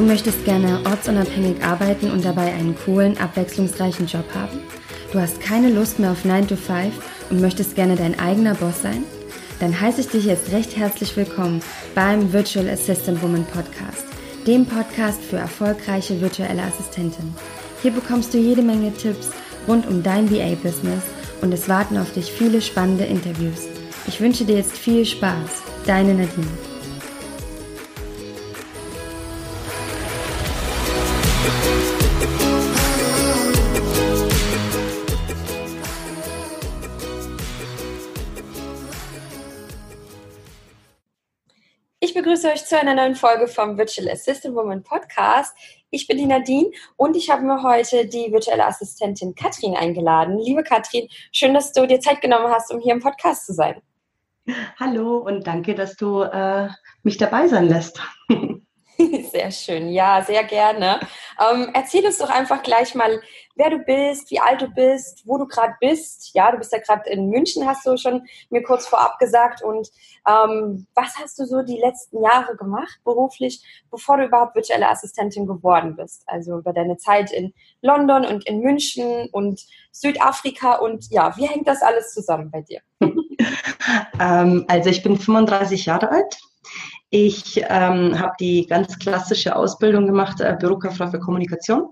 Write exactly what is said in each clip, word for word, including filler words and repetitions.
möchtest gerne ortsunabhängig arbeiten und dabei einen coolen, abwechslungsreichen Job haben? Du hast keine Lust mehr auf nine to five und möchtest gerne dein eigener Boss sein? Dann heiße ich dich jetzt recht herzlich willkommen beim Virtual Assistant Woman Podcast, dem Podcast für erfolgreiche virtuelle Assistentinnen. Hier bekommst du jede Menge Tipps rund um dein V A-Business und es warten auf dich viele spannende Interviews. Ich wünsche dir jetzt viel Spaß. Deine Nadine. Ich begrüße euch zu einer neuen Folge vom Virtual Assistant Woman Podcast. Ich bin die Nadine und ich habe mir heute die virtuelle Assistentin Katrin eingeladen. Liebe Katrin, schön, dass du dir Zeit genommen hast, um hier im Podcast zu sein. Hallo und danke, dass du äh, mich dabei sein lässt. Sehr schön, ja, sehr gerne. Ähm, erzähl uns doch einfach gleich mal, wer du bist, wie alt du bist, wo du gerade bist. Ja, du bist ja gerade in München, hast du schon mir kurz vorab gesagt. Und ähm, was hast du so die letzten Jahre gemacht beruflich, bevor du überhaupt virtuelle Assistentin geworden bist? Also über deine Zeit in London und in München und Südafrika. Und ja, wie hängt das alles zusammen bei dir? ähm, also ich bin fünfunddreißig Jahre alt. Ich ähm, habe die ganz klassische Ausbildung gemacht, äh, Bürokauffrau für Kommunikation,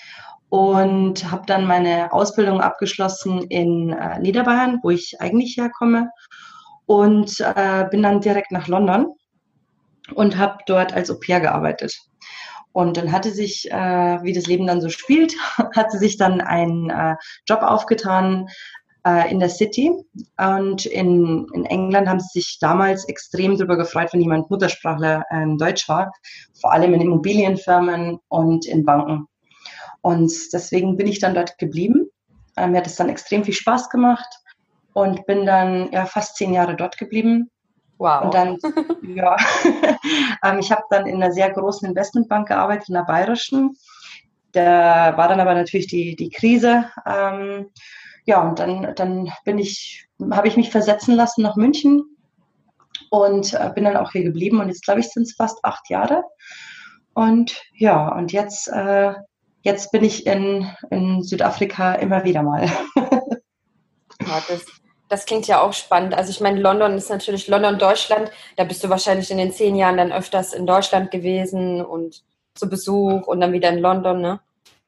und habe dann meine Ausbildung abgeschlossen in äh, Niederbayern, wo ich eigentlich herkomme, und äh, bin dann direkt nach London und habe dort als Au-pair gearbeitet. Und dann hatte sich, äh, wie das Leben dann so spielt, hatte sich dann ein äh, Job aufgetan, in der City, und in, in England haben sie sich damals extrem darüber gefreut, wenn jemand Muttersprachler ähm, Deutsch war, vor allem in Immobilienfirmen und in Banken. Und deswegen bin ich dann dort geblieben. Ähm, mir hat es dann extrem viel Spaß gemacht und bin dann ja fast zehn Jahre dort geblieben. Wow. Und dann, ja, ähm, ich habe dann in einer sehr großen Investmentbank gearbeitet, in der Bayerischen. Da war dann aber natürlich die, die Krise. Ähm, Ja, und dann, dann bin ich, habe ich mich versetzen lassen nach München und äh, bin dann auch hier geblieben. Und jetzt, glaube ich, sind es fast acht Jahre. Und ja, und jetzt, äh, jetzt bin ich in, in Südafrika immer wieder mal. Ja, das, das klingt ja auch spannend. Also ich meine, London ist natürlich London, Deutschland. Da bist du wahrscheinlich in den zehn Jahren dann öfters in Deutschland gewesen und zu Besuch und dann wieder in London, ne?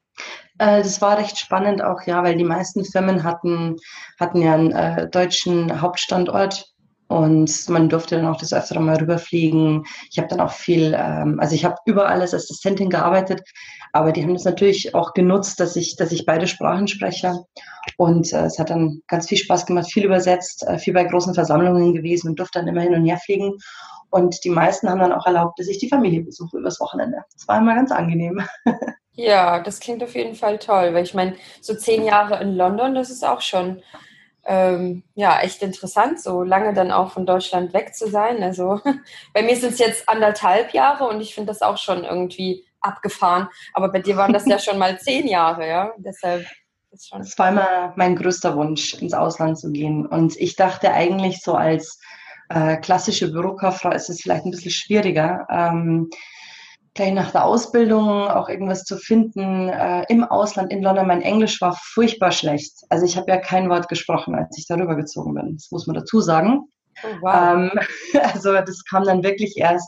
Das war recht spannend auch, ja, weil die meisten Firmen hatten, hatten ja einen äh, deutschen Hauptstandort und man durfte dann auch das öfter mal rüberfliegen. Ich habe dann auch viel, ähm, also ich habe überall als Assistentin gearbeitet, aber die haben das natürlich auch genutzt, dass ich, dass ich beide Sprachen spreche, und äh, es hat dann ganz viel Spaß gemacht, viel übersetzt, äh, viel bei großen Versammlungen gewesen und durfte dann immer hin und her fliegen, und die meisten haben dann auch erlaubt, dass ich die Familie besuche übers Wochenende. Das war immer ganz angenehm. Ja, das klingt auf jeden Fall toll, weil ich meine, so zehn Jahre in London, das ist auch schon ähm, ja echt interessant, so lange dann auch von Deutschland weg zu sein. Also bei mir sind es jetzt anderthalb Jahre und ich finde das auch schon irgendwie abgefahren. Aber bei dir waren das ja schon mal zehn Jahre, ja. Deshalb ist schon. Das war immer mein größter Wunsch, ins Ausland zu gehen. Und ich dachte eigentlich, so als äh, klassische Bürokauffrau ist es vielleicht ein bisschen schwieriger. Ähm, gleich nach der Ausbildung auch irgendwas zu finden äh, im Ausland, in London. Mein Englisch war furchtbar schlecht. Also ich habe ja kein Wort gesprochen, als ich darüber gezogen bin. Das muss man dazu sagen. Oh, wow. Ähm, also das kam dann wirklich erst,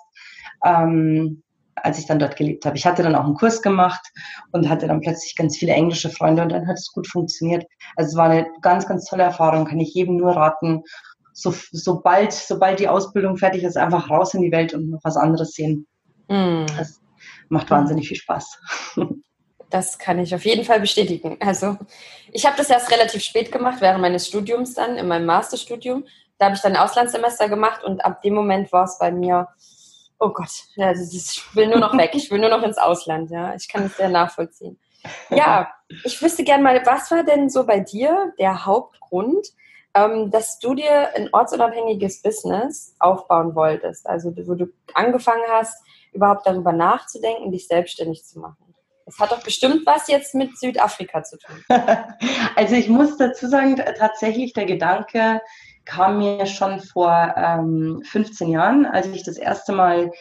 ähm, als ich dann dort gelebt habe. Ich hatte dann auch einen Kurs gemacht und hatte dann plötzlich ganz viele englische Freunde, und dann hat es gut funktioniert. Also es war eine ganz, ganz tolle Erfahrung, kann ich jedem nur raten. So, sobald, sobald die Ausbildung fertig ist, einfach raus in die Welt und noch was anderes sehen. Das macht wahnsinnig viel Spaß. Das kann ich auf jeden Fall bestätigen. Also ich habe das erst relativ spät gemacht, während meines Studiums dann, in meinem Masterstudium. Da habe ich dann ein Auslandssemester gemacht und ab dem Moment war es bei mir, oh Gott, ja, das ist, ich will nur noch weg, ich will nur noch ins Ausland. Ja, ich kann es sehr nachvollziehen. Ja, ich wüsste gerne mal, was war denn so bei dir der Hauptgrund, ähm, dass du dir ein ortsunabhängiges Business aufbauen wolltest? Also wo du angefangen hast, überhaupt darüber nachzudenken, dich selbstständig zu machen. Das hat doch bestimmt was jetzt mit Südafrika zu tun. Also ich muss dazu sagen, tatsächlich der Gedanke kam mir schon vor ähm, fünfzehn Jahren, als ich das erste Mal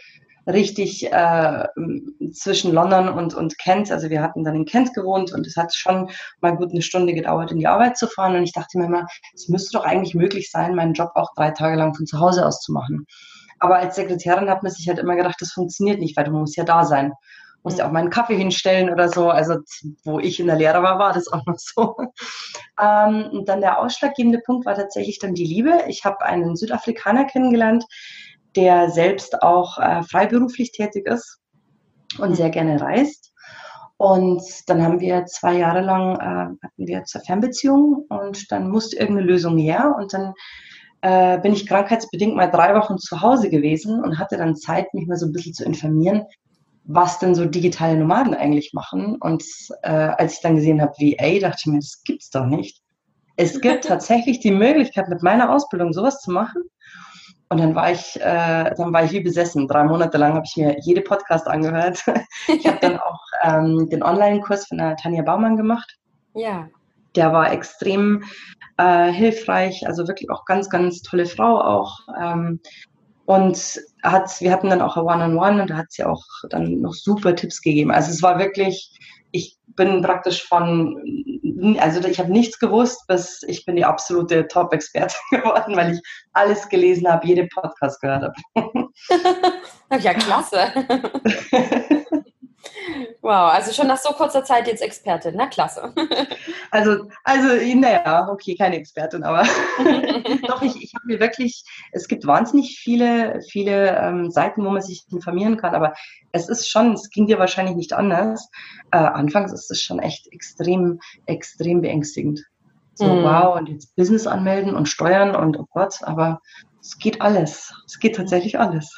richtig äh, zwischen London und, und Kent. Also wir hatten dann in Kent gewohnt und es hat schon mal gut eine Stunde gedauert, in die Arbeit zu fahren. Und ich dachte mir immer, es müsste doch eigentlich möglich sein, meinen Job auch drei Tage lang von zu Hause aus zu machen. Aber als Sekretärin hat man sich halt immer gedacht, das funktioniert nicht, weil du musst ja da sein. Du musst ja auch mal einen Kaffee hinstellen oder so. Also wo ich in der Lehre war, war das auch noch so. Ähm, und dann der ausschlaggebende Punkt war tatsächlich dann die Liebe. Ich habe einen Südafrikaner kennengelernt, der selbst auch äh, freiberuflich tätig ist und sehr gerne reist. Und dann haben wir zwei Jahre lang äh, hatten wir zur Fernbeziehung und dann musste irgendeine Lösung her. Und dann äh, bin ich krankheitsbedingt mal drei Wochen zu Hause gewesen und hatte dann Zeit, mich mal so ein bisschen zu informieren, was denn so digitale Nomaden eigentlich machen. Und äh, als ich dann gesehen habe, V A, dachte ich mir, das gibt's doch nicht. Es gibt tatsächlich die Möglichkeit, mit meiner Ausbildung sowas zu machen. Und dann war ich, äh, dann war ich wie besessen. Drei Monate lang habe ich mir jede Podcast angehört. Ich habe dann auch ähm, den Online-Kurs von der Tanja Baumann gemacht. Ja. Der war extrem äh, hilfreich, also wirklich auch ganz, ganz tolle Frau auch. Ähm, und hat, wir hatten dann auch ein One-on-One und da hat sie auch dann noch super Tipps gegeben. Also es war wirklich, ich bin praktisch von, also ich habe nichts gewusst, bis ich bin die absolute Top-Expertin geworden, weil ich alles gelesen habe, jede Podcast gehört habe. Ja, klasse. Wow, also schon nach so kurzer Zeit jetzt Expertin, na klasse. Also, also naja, okay, keine Expertin, aber doch, ich, ich habe mir wirklich, es gibt wahnsinnig viele, viele ähm, Seiten, wo man sich informieren kann, aber es ist schon, es ging dir wahrscheinlich nicht anders. Äh, anfangs ist es schon echt extrem, extrem beängstigend. So, mm. wow, und jetzt Business anmelden und Steuern und oh Gott, aber es geht alles. Es geht tatsächlich alles.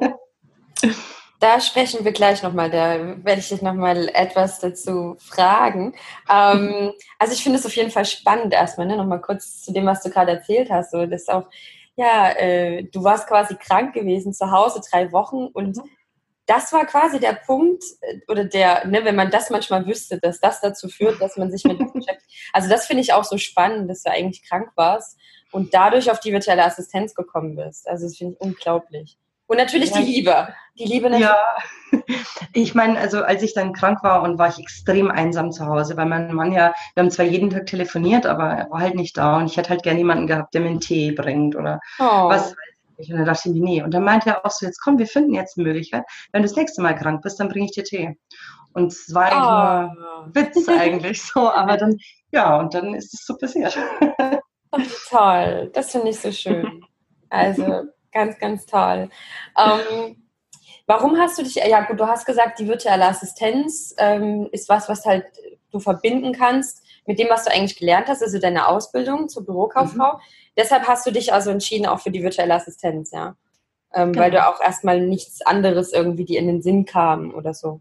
Da sprechen wir gleich nochmal, da werde ich dich nochmal etwas dazu fragen. Ähm, also ich finde es auf jeden Fall spannend erstmal, ne? Nochmal kurz zu dem, was du gerade erzählt hast. So, das auch, ja, äh, du warst quasi krank gewesen zu Hause drei Wochen und mhm. das war quasi der Punkt, oder der, ne, wenn man das manchmal wüsste, dass das dazu führt, dass man sich mit dem beschäftigt. Also das finde ich auch so spannend, dass du eigentlich krank warst und dadurch auf die virtuelle Assistenz gekommen bist. Also das finde ich unglaublich. Und natürlich ja. die Liebe. Die Liebe natürlich. Ja, ich meine, also als ich dann krank war und war ich extrem einsam zu Hause, weil mein Mann ja, wir haben zwar jeden Tag telefoniert, aber er war halt nicht da und ich hätte halt gerne jemanden gehabt, der mir einen Tee bringt oder oh. was weiß ich. Und dann dachte ich mir, nee. Und dann meinte er auch so, jetzt komm, wir finden jetzt eine Möglichkeit. Wenn du das nächste Mal krank bist, dann bringe ich dir Tee. Und es war eigentlich oh. nur Witz eigentlich so, aber dann, ja, und dann ist es so passiert. Oh, toll, das finde ich so schön. Also ganz, ganz toll. Ähm, warum hast du dich, ja gut, du hast gesagt, die virtuelle Assistenz ähm, ist was, was halt du verbinden kannst mit dem, was du eigentlich gelernt hast, also deine Ausbildung zur Bürokauffrau. Mhm. Deshalb hast du dich also entschieden auch für die virtuelle Assistenz, ja? Ähm, genau. Weil du auch erstmal nichts anderes irgendwie dir in den Sinn kam oder so.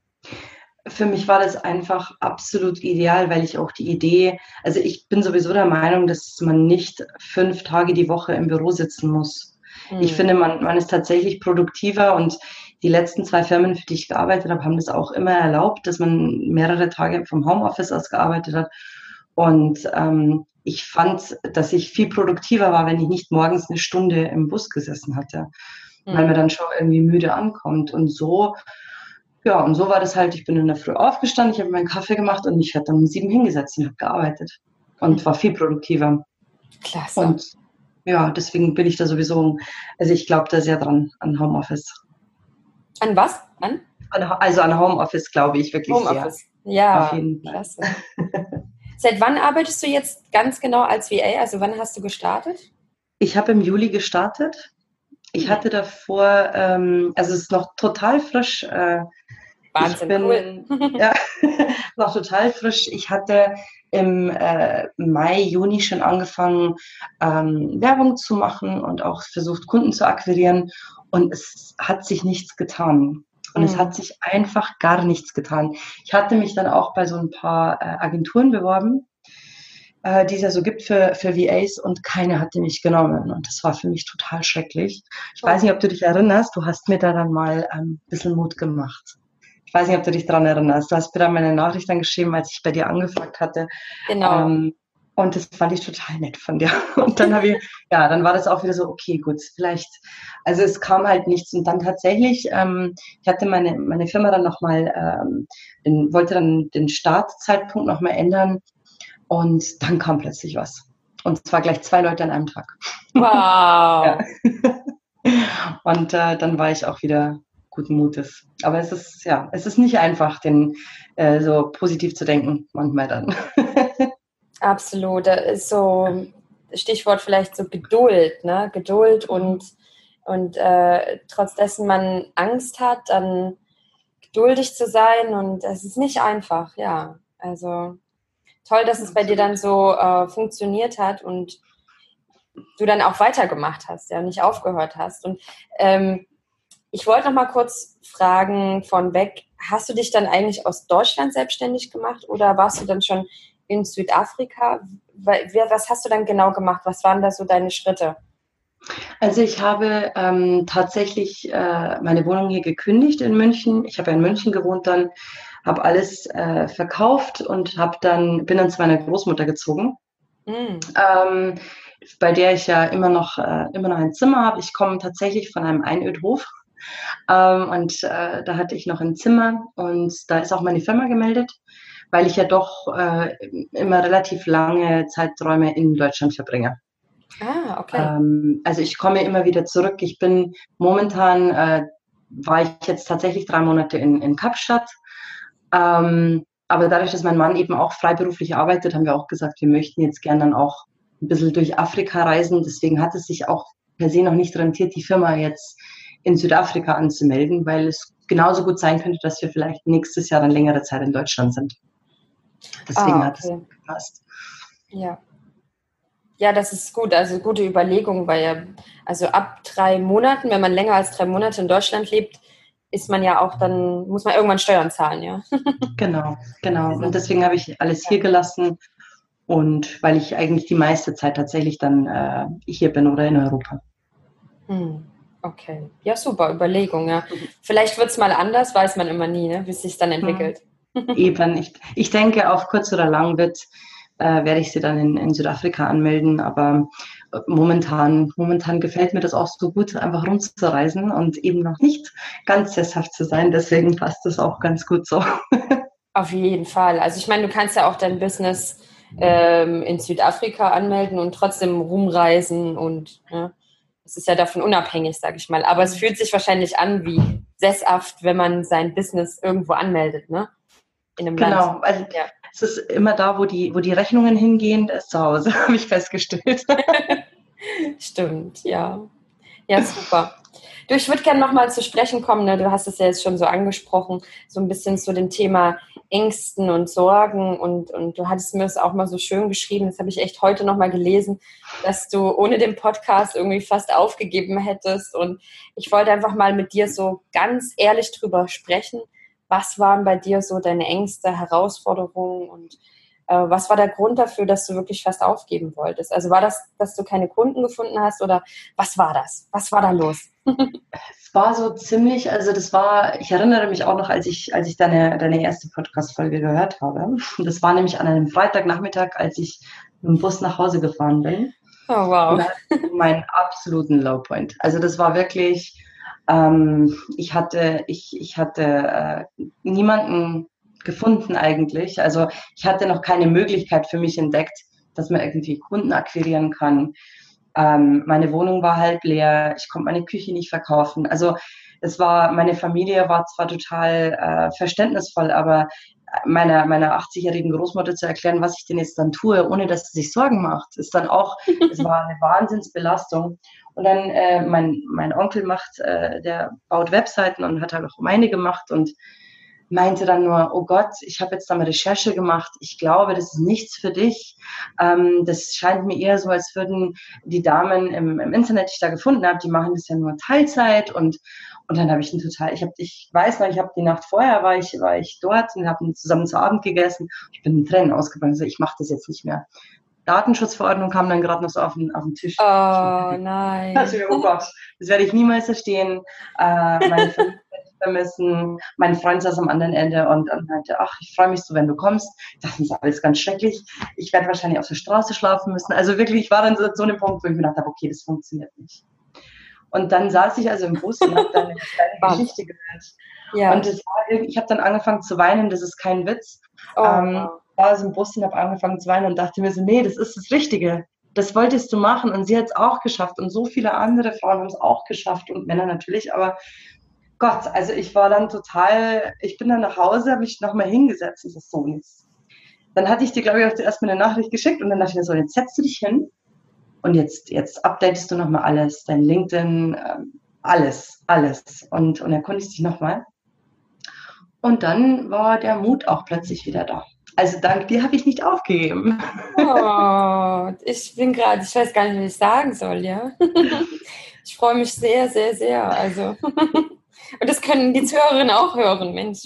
Für mich war das einfach absolut ideal, weil ich auch die Idee, also ich bin sowieso der Meinung, dass man nicht fünf Tage die Woche im Büro sitzen muss. Hm. Ich finde, man, man ist tatsächlich produktiver und die letzten zwei Firmen, für die ich gearbeitet habe, haben das auch immer erlaubt, dass man mehrere Tage vom Homeoffice aus gearbeitet hat. Und ähm, ich fand, dass ich viel produktiver war, wenn ich nicht morgens eine Stunde im Bus gesessen hatte, hm. weil man dann schon irgendwie müde ankommt. Und so, ja, und so war das halt, ich bin in der Früh aufgestanden, ich habe meinen Kaffee gemacht und ich habe dann um sieben hingesetzt und habe gearbeitet und hm. war viel produktiver. Klasse. Und ja, deswegen bin ich da sowieso, also ich glaube da sehr dran, an Homeoffice. An was? An? an also an Homeoffice glaube ich wirklich Homeoffice. sehr. Ja, auf jeden Fall. Klasse. Seit wann arbeitest du jetzt ganz genau als V A? Also wann hast du gestartet? Ich habe im Juli gestartet. Ich hatte davor, ähm, also es ist noch total frisch. Äh, Wahnsinn, ich bin, cool. Ja, noch total frisch. Ich hatte im äh, Mai, Juni schon angefangen, ähm, Werbung zu machen und auch versucht, Kunden zu akquirieren. Und es hat sich nichts getan. Und mhm. es hat sich einfach gar nichts getan. Ich hatte mich dann auch bei so ein paar äh, Agenturen beworben, äh, die es ja so gibt für, für V As und keine hatte mich genommen. Und das war für mich total schrecklich. Ich oh. weiß nicht, ob du dich erinnerst, du hast mir da dann mal ähm, ein bisschen Mut gemacht. Ich weiß nicht, ob du dich daran erinnerst. Du hast mir dann meine Nachricht dann geschrieben, als ich bei dir angefragt hatte. Genau. Ähm, Und das fand ich total nett von dir. Und dann habe ich, ja, dann war das auch wieder so, okay, gut, vielleicht, also es kam halt nichts. Und dann tatsächlich, ähm, ich hatte meine, meine Firma dann nochmal, ähm, den, wollte dann den Startzeitpunkt nochmal ändern. Und dann kam plötzlich was. Und zwar gleich zwei Leute an einem Tag. Wow. Ja. Und äh, dann war ich auch wieder guten Mutes. Aber es ist, ja, es ist nicht einfach, den äh, so positiv zu denken, manchmal dann. Absolut. Da ist so Stichwort vielleicht so Geduld, ne? Geduld und, und äh, trotz dessen man Angst hat, dann geduldig zu sein, und es ist nicht einfach, ja. Also toll, dass es bei dir dann so äh, funktioniert hat und du dann auch weitergemacht hast, ja, nicht aufgehört hast. Und ähm, ich wollte noch mal kurz fragen von weg, hast du dich dann eigentlich aus Deutschland selbstständig gemacht oder warst du dann schon in Südafrika? Was hast du dann genau gemacht? Was waren da so deine Schritte? Also ich habe ähm, tatsächlich äh, meine Wohnung hier gekündigt in München. Ich habe ja in München gewohnt dann, habe alles äh, verkauft und habe dann bin dann zu meiner Großmutter gezogen, Mm. ähm, bei der ich ja immer noch äh, immer noch ein Zimmer habe. Ich komme tatsächlich von einem Einödhof ähm, und äh, da hatte ich noch ein Zimmer und da ist auch meine Firma gemeldet, weil ich ja doch äh, immer relativ lange Zeiträume in Deutschland verbringe. Ah, okay. Ähm, also ich komme immer wieder zurück. Ich bin momentan, äh, war ich jetzt tatsächlich drei Monate in, in Kapstadt. Ähm, aber dadurch, dass mein Mann eben auch freiberuflich arbeitet, haben wir auch gesagt, wir möchten jetzt gerne dann auch ein bisschen durch Afrika reisen. Deswegen hat es sich auch per se noch nicht rentiert, die Firma jetzt in Südafrika anzumelden, weil es genauso gut sein könnte, dass wir vielleicht nächstes Jahr dann längere Zeit in Deutschland sind. Deswegen Ah, hat es okay. gepasst. Ja. Ja, das ist gut. Also gute Überlegung, weil ja, also ab drei Monaten, wenn man länger als drei Monate in Deutschland lebt, ist man ja auch dann, muss man irgendwann Steuern zahlen, ja. Genau, genau. Und deswegen habe ich alles hier gelassen. Und weil ich eigentlich die meiste Zeit tatsächlich dann äh, hier bin oder in Europa. Hm. Okay. Ja, super Überlegung, ja. Vielleicht wird es mal anders, weiß man immer nie, ne, wie es sich dann entwickelt. Eben, ich, ich denke, auf kurz oder lang wird, äh, werde ich sie dann in, in Südafrika anmelden, aber momentan, momentan gefällt mir das auch so gut, einfach rumzureisen und eben noch nicht ganz sesshaft zu sein, deswegen passt das auch ganz gut so. Auf jeden Fall. Also ich meine, du kannst ja auch dein Business ähm, in Südafrika anmelden und trotzdem rumreisen und ja, es ist ja davon unabhängig, sage ich mal. Aber es fühlt sich wahrscheinlich an wie sesshaft, wenn man sein Business irgendwo anmeldet, ne? In einem Genau, Land. also Ja. es ist immer da, wo die, wo die Rechnungen hingehen, das ist zu Hause, habe ich festgestellt. Stimmt, ja. Ja, super. Du, ich würde gerne nochmal zu sprechen kommen, ne? Du hast es ja jetzt schon so angesprochen, so ein bisschen zu dem Thema Ängsten und Sorgen und, und du hattest mir das auch mal so schön geschrieben, das habe ich echt heute nochmal gelesen, dass du ohne den Podcast irgendwie fast aufgegeben hättest, und ich wollte einfach mal mit dir so ganz ehrlich drüber sprechen, was waren bei dir so deine Ängste, Herausforderungen und äh, was war der Grund dafür, dass du wirklich fast aufgeben wolltest? Also war das, dass du keine Kunden gefunden hast oder was war das? Was war da los? Es war so ziemlich, also das war, ich erinnere mich auch noch, als ich, als ich deine, deine erste Podcast-Folge gehört habe. Das war nämlich an einem Freitagnachmittag, als ich mit dem Bus nach Hause gefahren bin. Oh, Und wow. da hatte ich meinen absoluten Lowpoint. Also das war wirklich, ähm, ich hatte, ich, ich hatte äh, niemanden gefunden eigentlich. Also ich hatte noch keine Möglichkeit für mich entdeckt, dass man irgendwie Kunden akquirieren kann. Ähm, meine Wohnung war halb leer, ich konnte meine Küche nicht verkaufen. Also es war, meine Familie war zwar total äh, verständnisvoll, aber meiner, meiner achtzig-jährigen Großmutter zu erklären, was ich denn jetzt dann tue, ohne dass sie sich Sorgen macht, ist dann auch, es war eine Wahnsinnsbelastung. Und dann äh, mein, mein Onkel macht, äh, der baut Webseiten und hat halt auch meine gemacht und meinte dann nur, oh Gott, ich habe jetzt da mal Recherche gemacht, ich glaube, das ist nichts für dich. Ähm, das scheint mir eher so, als würden die Damen im, im Internet, die ich da gefunden habe, die machen das ja nur Teilzeit und und dann habe ich ihn total, ich habe, ich weiß noch, ich habe die Nacht vorher war ich, war ich dort und habe zusammen zu Abend gegessen. Ich bin in Tränen ausgebrochen, also ich mache das jetzt nicht mehr. Datenschutzverordnung kam dann gerade noch so auf den, auf den Tisch. Oh nein. Also, oh Gott, das werde ich niemals verstehen. Äh, meine Familie vermissen. Mein Freund saß am anderen Ende und, und meinte, ach, ich freue mich so, wenn du kommst. Ich dachte, das ist alles ganz schrecklich. Ich werde wahrscheinlich auf der Straße schlafen müssen. Also wirklich, ich war dann so, so einem Punkt, wo ich mir gedacht habe, okay, das funktioniert nicht. Und dann saß ich also im Bus und habe dann eine kleine Geschichte gehört. Ja. Und das war, ich habe dann angefangen zu weinen, das ist kein Witz. Oh, ähm, wow. war also im Bus und habe angefangen zu weinen und dachte mir so, nee, das ist das Richtige. Das wolltest du machen und sie hat es auch geschafft und so viele andere Frauen haben es auch geschafft und Männer natürlich, aber Gott, also ich war dann total, ich bin dann nach Hause, habe mich nochmal hingesetzt und das ist so nichts. Dann hatte ich dir, glaube ich, auch zuerst mal eine Nachricht geschickt und dann dachte ich mir so, jetzt setzt du dich hin und jetzt, jetzt updatest du nochmal alles, dein LinkedIn, alles, alles und, und erkundigst dich nochmal. Und dann war der Mut auch plötzlich wieder da. Also dank dir habe ich nicht aufgegeben. Oh, ich bin gerade, ich weiß gar nicht, wie ich sagen soll, ja. Ich freue mich sehr, sehr, sehr. Also, und das können die Zuhörerinnen auch hören, Mensch.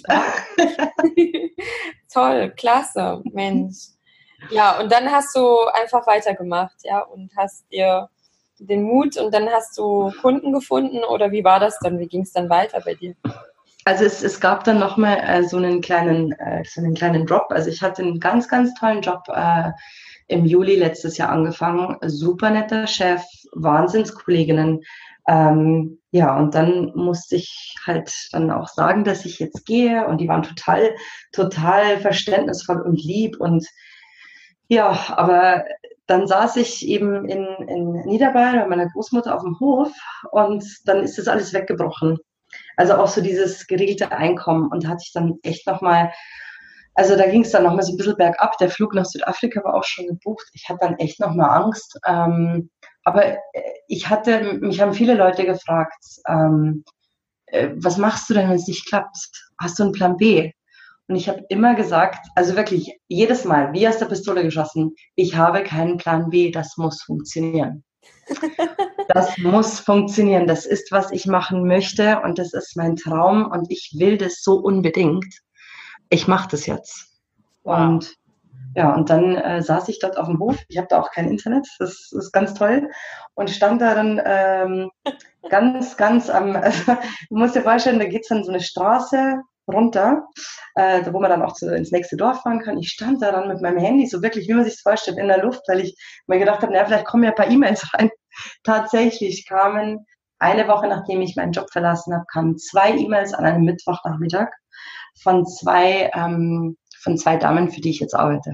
Toll, klasse, Mensch. Ja, und dann hast du einfach weitergemacht, ja, und hast dir den Mut und dann hast du Kunden gefunden oder wie war das dann? Wie ging es dann weiter bei dir? Also es, es gab dann nochmal äh, so einen kleinen, äh, so einen kleinen Drop. Also ich hatte einen ganz, ganz tollen Job äh, im Juli letztes Jahr angefangen. Super netter Chef, Wahnsinnskolleginnen. Ähm, ja, und dann musste ich halt dann auch sagen, dass ich jetzt gehe. Und die waren total, total verständnisvoll und lieb. Und ja, aber dann saß ich eben in, in Niederbayern bei meiner Großmutter auf dem Hof und dann ist das alles weggebrochen. Also auch so dieses geregelte Einkommen und da hatte ich dann echt nochmal, also da ging es dann nochmal so ein bisschen bergab. Der Flug nach Südafrika war auch schon gebucht. Ich hatte dann echt nochmal Angst. Ähm, aber ich hatte, mich haben viele Leute gefragt, ähm, äh, was machst du denn, wenn es nicht klappt? Hast du einen Plan B? Und ich habe immer gesagt, also wirklich jedes Mal, wie aus der Pistole geschossen, ich habe keinen Plan B, das muss funktionieren. Das muss funktionieren. Das ist, was ich machen möchte und das ist mein Traum und ich will das so unbedingt. Ich mache das jetzt. Wow. Und ja, und dann äh, saß ich dort auf dem Hof. Ich habe da auch kein Internet. Das ist ganz toll. Und stand da dann ähm, ganz, ganz am, also, du musst dir vorstellen, da geht es dann so eine Straße runter, äh, wo man dann auch zu, ins nächste Dorf fahren kann. Ich stand da dann mit meinem Handy, so wirklich, wie man sich das vorstellt, in der Luft, weil ich mir gedacht habe, naja, vielleicht kommen ja ein paar E-Mails rein. Tatsächlich kamen, eine Woche nachdem ich meinen Job verlassen habe, kamen zwei E-Mails an einem Mittwochnachmittag von zwei, ähm, von zwei Damen, für die ich jetzt arbeite.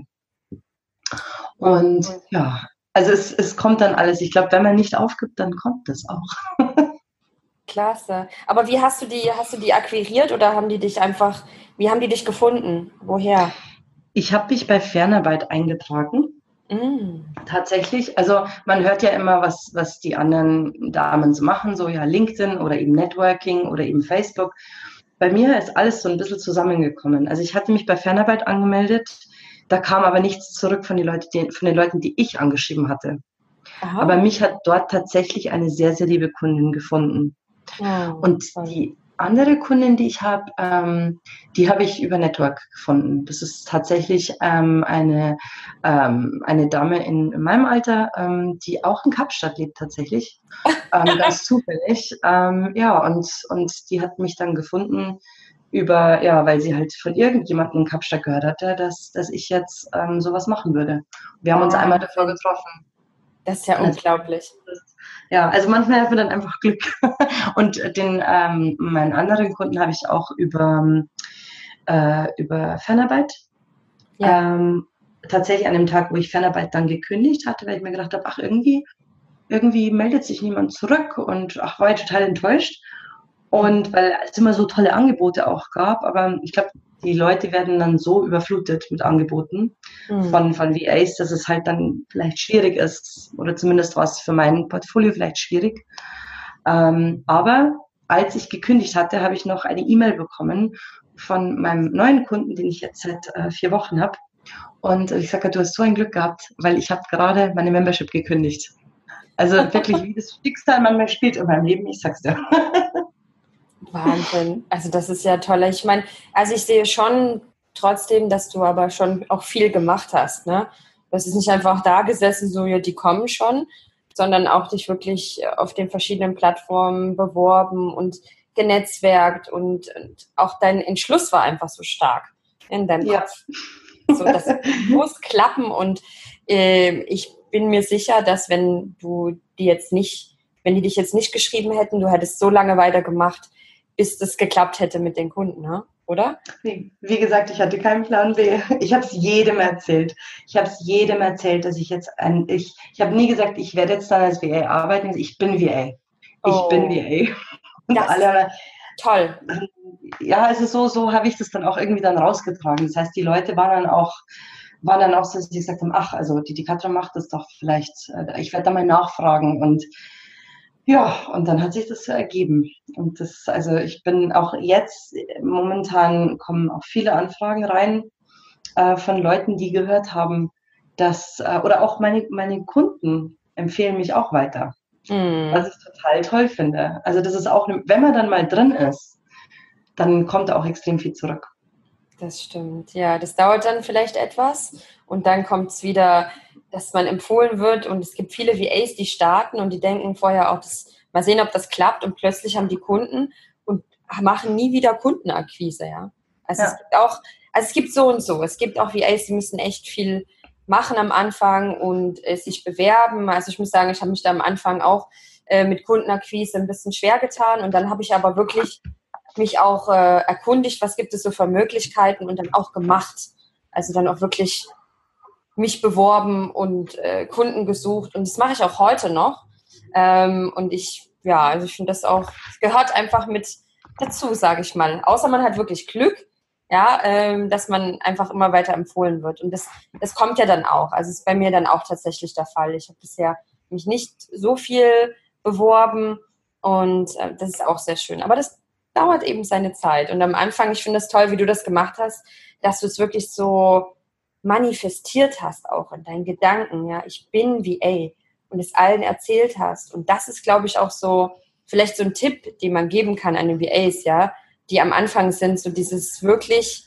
Und ja, also es, es kommt dann alles. Ich glaube, wenn man nicht aufgibt, dann kommt es auch. Klasse. Aber wie hast du die, hast du die akquiriert oder haben die dich einfach, wie haben die dich gefunden? Woher? Ich habe mich bei Fernarbeit eingetragen. Mm. Tatsächlich. Also man hört ja immer, was, was die anderen Damen so machen, so ja LinkedIn oder eben Networking oder eben Facebook. Bei mir ist alles so ein bisschen zusammengekommen. Also ich hatte mich bei Fernarbeit angemeldet, da kam aber nichts zurück von den Leuten, die, von den Leuten, die ich angeschrieben hatte. Aha. Aber mich hat dort tatsächlich eine sehr, sehr liebe Kundin gefunden. Oh, und die andere Kundin, die ich habe, ähm, die habe ich über Network gefunden. Das ist tatsächlich ähm, eine, ähm, eine Dame in, in meinem Alter, ähm, die auch in Kapstadt lebt tatsächlich. Ähm, ganz zufällig. Ähm, ja, und, und die hat mich dann gefunden über, ja, weil sie halt von irgendjemandem in Kapstadt gehört hatte, dass, dass ich jetzt ähm, sowas machen würde. Wir haben uns ah, einmal davor getroffen. Das ist ja und unglaublich. Ja, also manchmal hat man dann einfach Glück. Und den ähm, meinen anderen Kunden habe ich auch über, äh, über Fernarbeit. Ja. Ähm, tatsächlich an dem Tag, wo ich Fernarbeit dann gekündigt hatte, weil ich mir gedacht habe, ach, irgendwie, irgendwie meldet sich niemand zurück und ach, war ich total enttäuscht. Und weil es immer so tolle Angebote auch gab, aber ich glaube, die Leute werden dann so überflutet mit Angeboten mhm. von, von V As, dass es halt dann vielleicht schwierig ist oder zumindest war es für mein Portfolio vielleicht schwierig. Ähm, aber als ich gekündigt hatte, habe ich noch eine E-Mail bekommen von meinem neuen Kunden, den ich jetzt seit äh, vier Wochen habe. Und ich sage, du hast so ein Glück gehabt, weil ich habe gerade meine Membership gekündigt. Also wirklich, wie das Schicksal manchmal spielt in meinem Leben, ich sag's dir. Wahnsinn. Also das ist ja toll. Ich meine, also ich sehe schon trotzdem, dass du aber schon auch viel gemacht hast, ne? Das ist nicht einfach da gesessen, so, ja, die kommen schon, sondern auch dich wirklich auf den verschiedenen Plattformen beworben und genetzwerkt und, und auch dein Entschluss war einfach so stark in deinem Ja. Kopf. So, das muss klappen und äh, ich bin mir sicher, dass wenn du die jetzt nicht, wenn die dich jetzt nicht geschrieben hätten, du hättest so lange weitergemacht, bis das geklappt hätte mit den Kunden, ne? Oder? Wie, wie gesagt, ich hatte keinen Plan B. Ich habe es jedem erzählt. Ich habe es jedem erzählt, dass ich jetzt ein, ich, ich habe nie gesagt, ich werde jetzt dann als V A arbeiten. Ich bin V A. Ich Oh, bin V A. Und das alle, toll. ja, also so, so habe ich das dann auch irgendwie dann rausgetragen. Das heißt, die Leute waren dann auch, waren dann auch so, dass sie gesagt haben, ach, also die, die Katrin macht das doch vielleicht, äh, ich werde da mal nachfragen. Und ja, und dann hat sich das so ergeben. Und das, also ich bin auch jetzt, momentan kommen auch viele Anfragen rein äh, von Leuten, die gehört haben, dass, äh, oder auch meine, meine Kunden empfehlen mich auch weiter. Mhm. Was ich total toll finde. Also das ist auch, wenn man dann mal drin ist, dann kommt auch extrem viel zurück. Das stimmt, ja. Das dauert dann vielleicht etwas und dann kommt es wieder, dass man empfohlen wird und es gibt viele V As, die starten und die denken vorher auch, das, mal sehen, ob das klappt und plötzlich haben die Kunden und machen nie wieder Kundenakquise, ja. Also Ja. es gibt auch, also es gibt so und so. Es gibt auch V As, die müssen echt viel machen am Anfang und äh, sich bewerben. Also ich muss sagen, ich habe mich da am Anfang auch äh, mit Kundenakquise ein bisschen schwer getan und dann habe ich aber wirklich mich auch äh, erkundigt, was gibt es so für Möglichkeiten und dann auch gemacht. Also dann auch wirklich mich beworben und äh, Kunden gesucht und das mache ich auch heute noch. Ähm, und ich, ja, also ich finde das auch, es gehört einfach mit dazu, sage ich mal. Außer man hat wirklich Glück, ja, ähm, dass man einfach immer weiter empfohlen wird. Und das, das kommt ja dann auch. Also ist bei mir dann auch tatsächlich der Fall. Ich habe bisher mich nicht so viel beworben und äh, das ist auch sehr schön. Aber das dauert eben seine Zeit. Und am Anfang, ich finde das toll, wie du das gemacht hast, dass du es wirklich so manifestiert hast, auch in deinen Gedanken. Ja, ich bin V A und es allen erzählt hast. Und das ist, glaube ich, auch so, vielleicht so ein Tipp, den man geben kann an den V As, ja, die am Anfang sind, so dieses wirklich,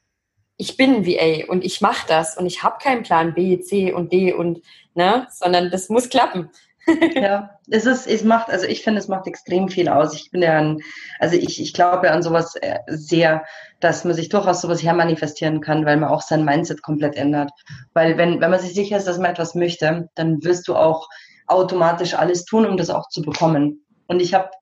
ich bin V A und ich mache das und ich habe keinen Plan B, C und D und, ne, sondern das muss klappen. Ja, es ist, es macht, also ich finde, es macht extrem viel aus. Ich bin ja ein, also ich, ich glaube an sowas äh, sehr, dass man sich durchaus sowas hermanifestieren kann, weil man auch sein Mindset komplett ändert. Weil wenn, wenn man sich sicher ist, dass man etwas möchte, dann wirst du auch automatisch alles tun, um das auch zu bekommen. Und ich habe,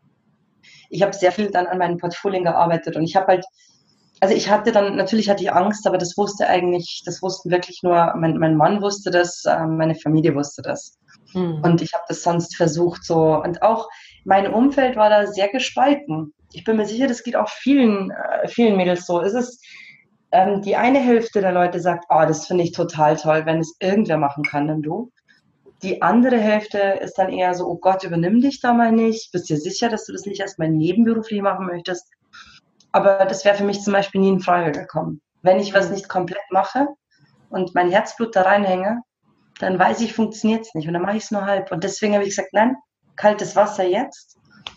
ich habe sehr viel dann an meinen Portfolien gearbeitet und ich habe halt, also ich hatte dann, natürlich hatte ich Angst, aber das wusste eigentlich, das wussten wirklich nur, mein, mein Mann wusste das, äh, meine Familie wusste das. Mhm. Und ich habe das sonst versucht so. Und auch mein Umfeld war da sehr gespalten. Ich bin mir sicher, das geht auch vielen, äh, vielen Mädels so. Es ist, ähm, die eine Hälfte der Leute sagt, oh, das finde ich total toll, wenn es irgendwer machen kann, dann du. Die andere Hälfte ist dann eher so, oh Gott, übernimm dich da mal nicht. Bist dir sicher, dass du das nicht erstmal nebenberuflich machen möchtest? Aber das wäre für mich zum Beispiel nie in Frage gekommen. Wenn ich was nicht komplett mache und mein Herzblut da reinhänge, dann weiß ich, funktioniert es nicht und dann mache ich es nur halb. Und deswegen habe ich gesagt, nein, kaltes Wasser jetzt.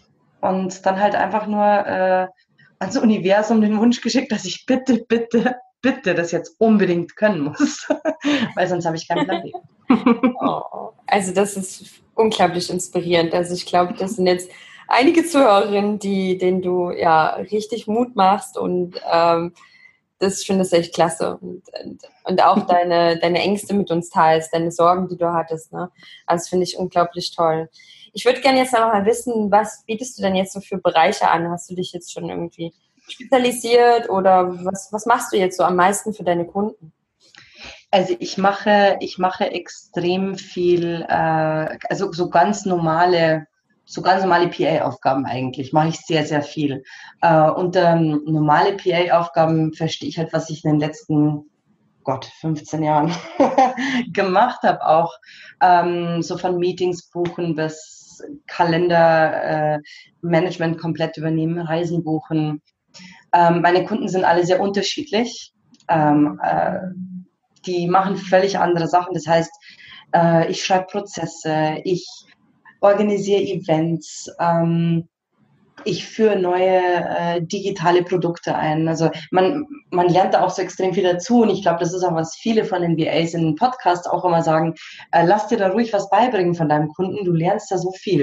Und dann halt einfach nur äh, ans Universum den Wunsch geschickt, dass ich bitte, bitte, bitte das jetzt unbedingt können muss. Weil sonst habe ich keinen Plan B. Oh, also das ist unglaublich inspirierend. Also ich glaube, das sind jetzt einige Zuhörerinnen, die, denen du ja richtig Mut machst und ähm, das, ich finde das echt klasse. Und, und, und auch deine, deine Ängste mit uns teilst, deine Sorgen, die du hattest. Ne? Also das finde ich unglaublich toll. Ich würde gerne jetzt noch mal wissen, was bietest du denn jetzt so für Bereiche an? Hast du dich jetzt schon irgendwie spezialisiert oder was, was machst du jetzt so am meisten für deine Kunden? Also ich mache, ich mache extrem viel, äh, also so ganz normale So ganz normale P A-Aufgaben eigentlich, mache ich sehr, sehr viel. Äh, und ähm, normale P A-Aufgaben verstehe ich halt, was ich in den letzten, Gott, fünfzehn Jahren gemacht habe auch. Ähm, so von Meetings buchen bis Kalender, äh, Management komplett übernehmen, Reisen buchen. Ähm, meine Kunden sind alle sehr unterschiedlich. Ähm, äh, die machen völlig andere Sachen. Das heißt, äh, ich schreibe Prozesse, ich organisiere Events, ähm, ich führe neue äh, digitale Produkte ein. Also man, man lernt da auch so extrem viel dazu und ich glaube, das ist auch, was viele von den V As in den Podcasts auch immer sagen, äh, lass dir da ruhig was beibringen von deinem Kunden, du lernst da so viel.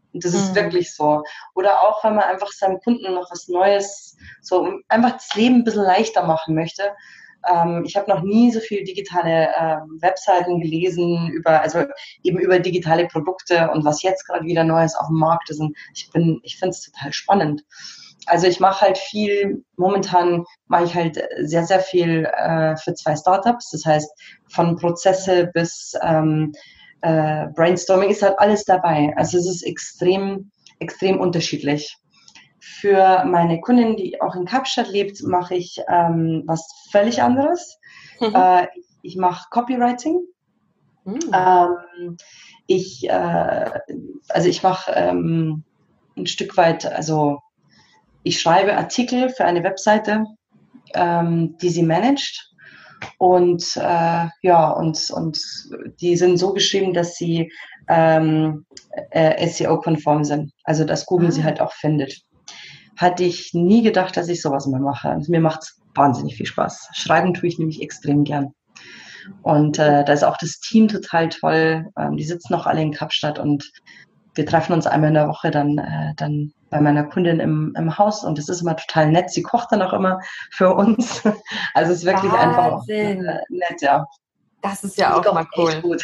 Und das ist mhm. wirklich so. Oder auch, wenn man einfach seinem Kunden noch was Neues, so einfach das Leben ein bisschen leichter machen möchte. Ähm, ich habe noch nie so viel digitale ähm, Webseiten gelesen, über, also eben über digitale Produkte und was jetzt gerade wieder Neues auf dem Markt ist. Und ich bin, ich finde es total spannend. Also ich mache halt viel, momentan mache ich halt sehr, sehr viel äh, für zwei Startups. Das heißt, von Prozesse bis ähm, äh, Brainstorming ist halt alles dabei. Also es ist extrem, extrem unterschiedlich. Für meine Kundin, die auch in Kapstadt lebt, mache ich ähm, was völlig anderes. Mhm. Äh, ich mache Copywriting. Mhm. Ähm, ich, äh, also ich mache ähm, ein Stück weit, also ich schreibe Artikel für eine Webseite, ähm, die sie managt. Und äh, ja, und, und die sind so geschrieben, dass sie ähm, äh, S E O-konform sind. Also dass Google ah. sie halt auch findet. Hatte ich nie gedacht, dass ich sowas mal mache. Also mir macht es wahnsinnig viel Spaß. Schreiben tue ich nämlich extrem gern. Und äh, da ist auch das Team total toll. Ähm, die sitzen auch alle in Kapstadt und wir treffen uns einmal in der Woche dann, äh, dann bei meiner Kundin im, im Haus und das ist immer total nett. Sie kocht dann auch immer für uns. Also es ist wirklich Wahnsinn. Einfach auch äh, nett, ja. Das ist ja auch mal cool. Gut.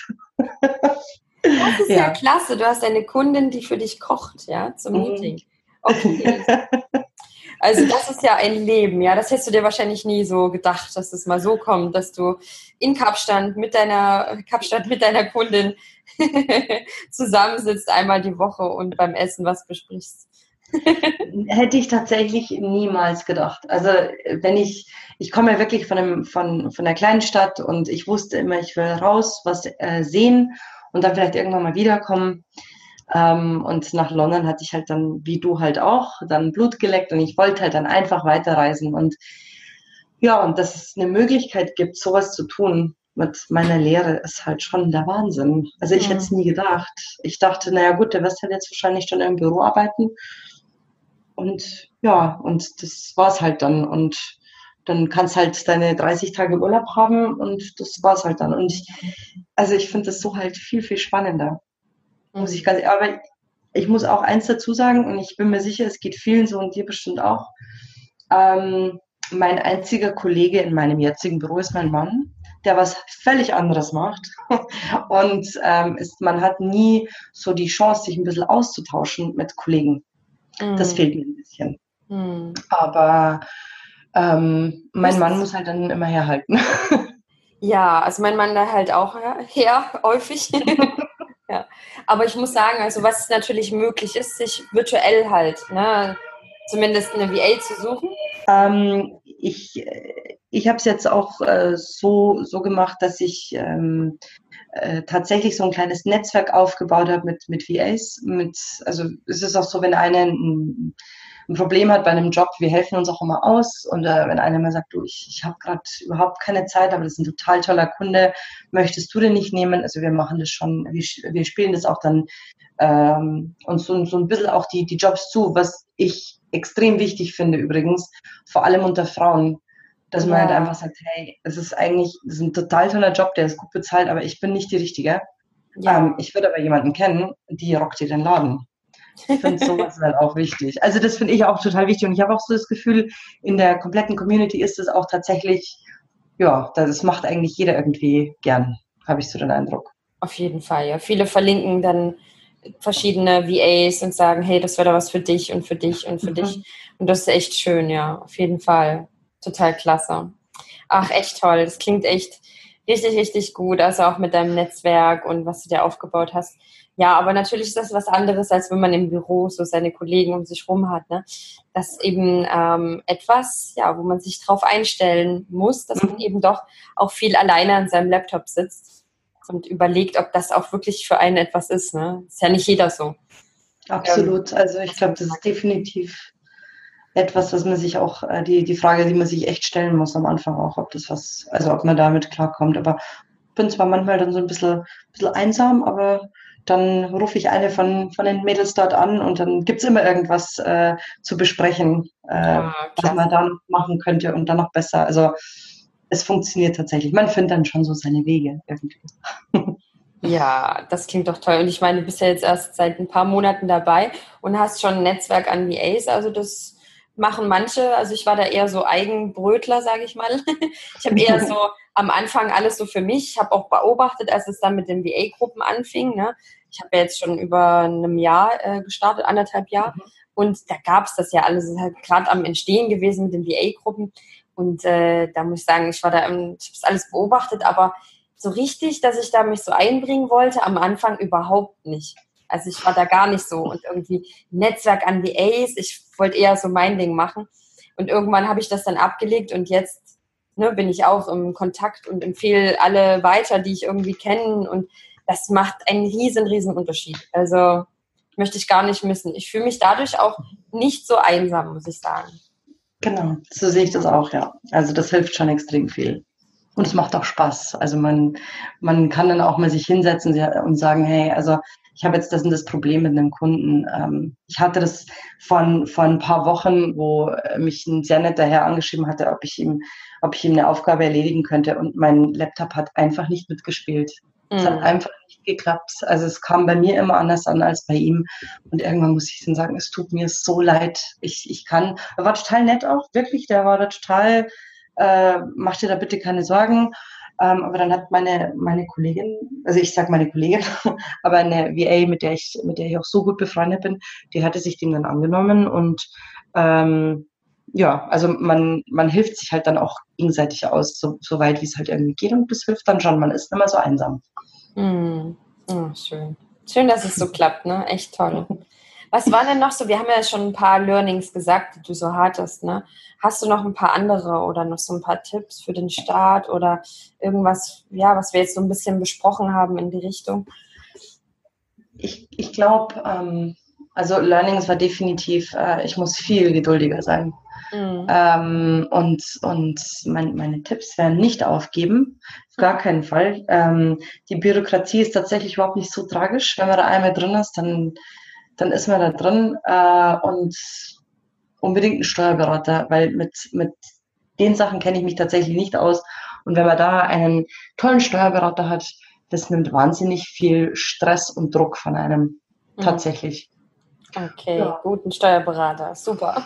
Das ist ja. ja klasse. Du hast eine Kundin, die für dich kocht, ja, zum mhm. Meeting. Okay. Also das ist ja ein Leben, ja. Das hättest du dir wahrscheinlich nie so gedacht, dass es mal so kommt, dass du in Kapstadt mit deiner Kapstadt mit deiner Kundin zusammensitzt einmal die Woche und beim Essen was besprichst. Hätte ich tatsächlich niemals gedacht. Also wenn ich, ich komme ja wirklich von einem, von, von einer kleinen Stadt und ich wusste immer, ich will raus, was äh, sehen und dann vielleicht irgendwann mal wiederkommen. Ähm, und nach London hatte ich halt dann, wie du halt auch, dann Blut geleckt und ich wollte halt dann einfach weiterreisen. Und ja, und dass es eine Möglichkeit gibt, sowas zu tun mit meiner Lehre, ist halt schon der Wahnsinn. Also ich mhm. hätte es nie gedacht. Ich dachte, naja gut, der wirst halt jetzt wahrscheinlich schon im Büro arbeiten. Und ja, und das war's halt dann. Und dann kannst halt deine dreißig Tage Urlaub haben und das war's halt dann. Und ich, also ich finde das so halt viel, viel spannender. Muss ich ganz, aber ich muss auch eins dazu sagen, und ich bin mir sicher, es geht vielen so und dir bestimmt auch. Ähm, mein einziger Kollege in meinem jetzigen Büro ist mein Mann, der was völlig anderes macht. Und ähm, ist, man hat nie so die Chance, sich ein bisschen auszutauschen mit Kollegen. Mm. Das fehlt mir ein bisschen. Mm. Aber ähm, mein Mann muss halt dann immer herhalten. Ja, also mein Mann da halt auch her, her häufig. Ja, aber ich muss sagen, also was natürlich möglich ist, sich virtuell halt, ne, zumindest eine V A zu suchen. Ähm, ich ich habe es jetzt auch äh, so so gemacht, dass ich ähm, äh, tatsächlich so ein kleines Netzwerk aufgebaut habe mit mit V As. Mit, also es ist auch so, wenn einer ein, ein Problem hat bei einem Job, wir helfen uns auch immer aus. Und äh, wenn einer mal sagt, du, ich, ich habe gerade überhaupt keine Zeit, aber das ist ein total toller Kunde, möchtest du den nicht nehmen? Also wir machen das schon, wir, wir spielen das auch dann ähm, uns so, so ein bisschen auch die, die Jobs zu, was ich extrem wichtig finde übrigens, vor allem unter Frauen, dass man ja. halt einfach sagt, hey, es ist eigentlich, das ist ein total toller Job, der ist gut bezahlt, aber ich bin nicht die Richtige. Ja. Ähm, ich würde aber jemanden kennen, die rockt dir den Laden. Ich finde sowas halt auch wichtig. Also das finde ich auch total wichtig und ich habe auch so das Gefühl, in der kompletten Community ist es auch tatsächlich, ja, das macht eigentlich jeder irgendwie gern, habe ich so den Eindruck. Auf jeden Fall, ja. Viele verlinken dann verschiedene V As und sagen, hey, das wäre da was für dich und für dich und für mhm. dich. Und das ist echt schön, ja, auf jeden Fall. Total klasse. Ach, echt toll. Das klingt echt richtig, richtig gut. Also auch mit deinem Netzwerk und was du dir aufgebaut hast. Ja, aber natürlich ist das was anderes, als wenn man im Büro so seine Kollegen um sich rum hat. Ne? Das ist eben ähm, etwas, ja, wo man sich drauf einstellen muss, dass man eben doch auch viel alleine an seinem Laptop sitzt und überlegt, ob das auch wirklich für einen etwas ist. Ne? Ist ja nicht jeder so. Absolut. Also ich glaube, das ist definitiv etwas, was man sich auch, äh, die, die Frage, die man sich echt stellen muss am Anfang auch, ob das was, also ob man damit klarkommt. Aber ich bin zwar manchmal dann so ein bisschen, bisschen einsam, aber dann rufe ich eine von, von den Mädels dort an und dann gibt's immer irgendwas äh, zu besprechen, äh, ja, was man da noch machen könnte und dann noch besser. Also es funktioniert tatsächlich. Man findet dann schon so seine Wege irgendwie. Ja, das klingt doch toll. Und ich meine, du bist ja jetzt erst seit ein paar Monaten dabei und hast schon ein Netzwerk an V As. Also das machen manche. Also ich war da eher so Eigenbrötler, sage ich mal. Ich habe eher so am Anfang alles so für mich. Ich habe auch beobachtet, als es dann mit den V A-Gruppen anfing. Ne? Ich habe ja jetzt schon über einem Jahr äh, gestartet, anderthalb Jahre. Und da gab es das ja alles. Es ist halt gerade am Entstehen gewesen mit den V A-Gruppen. Und äh, da muss ich sagen, ich war da, ich habe das alles beobachtet, aber so richtig, dass ich da mich so einbringen wollte, am Anfang überhaupt nicht. Also ich war da gar nicht so und irgendwie Netzwerk an V As, ich wollte eher so mein Ding machen und irgendwann habe ich das dann abgelegt und jetzt ne, bin ich auch im Kontakt und empfehle alle weiter, die ich irgendwie kenne und das macht einen riesen, riesen Unterschied. Also möchte ich gar nicht missen. Ich fühle mich dadurch auch nicht so einsam, muss ich sagen. Genau, so sehe ich das auch, ja. Also das hilft schon extrem viel. Und es macht auch Spaß. Also man, man kann dann auch mal sich hinsetzen und sagen, hey, also ich habe jetzt das und das Problem mit einem Kunden. Ähm, ich hatte das von, von ein paar Wochen, wo mich ein sehr netter Herr angeschrieben hatte, ob ich ihm, ob ich ihm eine Aufgabe erledigen könnte. Und mein Laptop hat einfach nicht mitgespielt. Es Mhm. hat einfach nicht geklappt. Also es kam bei mir immer anders an als bei ihm. Und irgendwann muss ich dann sagen, es tut mir so leid. Ich, ich kann, er war total nett auch, wirklich. Der war da total... Äh, mach dir da bitte keine Sorgen. Ähm, aber dann hat meine, meine Kollegin, also ich sage meine Kollegin, aber eine V A, mit der ich, mit der ich auch so gut befreundet bin, die hatte sich dem dann angenommen und ähm, ja, also man, man hilft sich halt dann auch gegenseitig aus, so, so weit wie es halt irgendwie geht und das hilft dann schon, man ist nicht mehr so einsam. Mhm. Oh, schön. Schön, dass es so klappt, ne? Echt toll. Was waren denn noch so, wir haben ja schon ein paar Learnings gesagt, die du so hattest, ne? Hast du noch ein paar andere oder noch so ein paar Tipps für den Start oder irgendwas, ja, was wir jetzt so ein bisschen besprochen haben in die Richtung? Ich, ich glaube, ähm, also Learnings war definitiv, äh, ich muss viel geduldiger sein. Mhm. Ähm, und und mein, meine Tipps wären nicht aufgeben, auf gar keinen Fall. Ähm, die Bürokratie ist tatsächlich überhaupt nicht so tragisch. Wenn man da einmal drin ist, dann dann ist man da drin äh, und unbedingt einen Steuerberater, weil mit, mit den Sachen kenne ich mich tatsächlich nicht aus. Und wenn man da einen tollen Steuerberater hat, das nimmt wahnsinnig viel Stress und Druck von einem, mhm. tatsächlich. Okay, ja. Guten Steuerberater, super.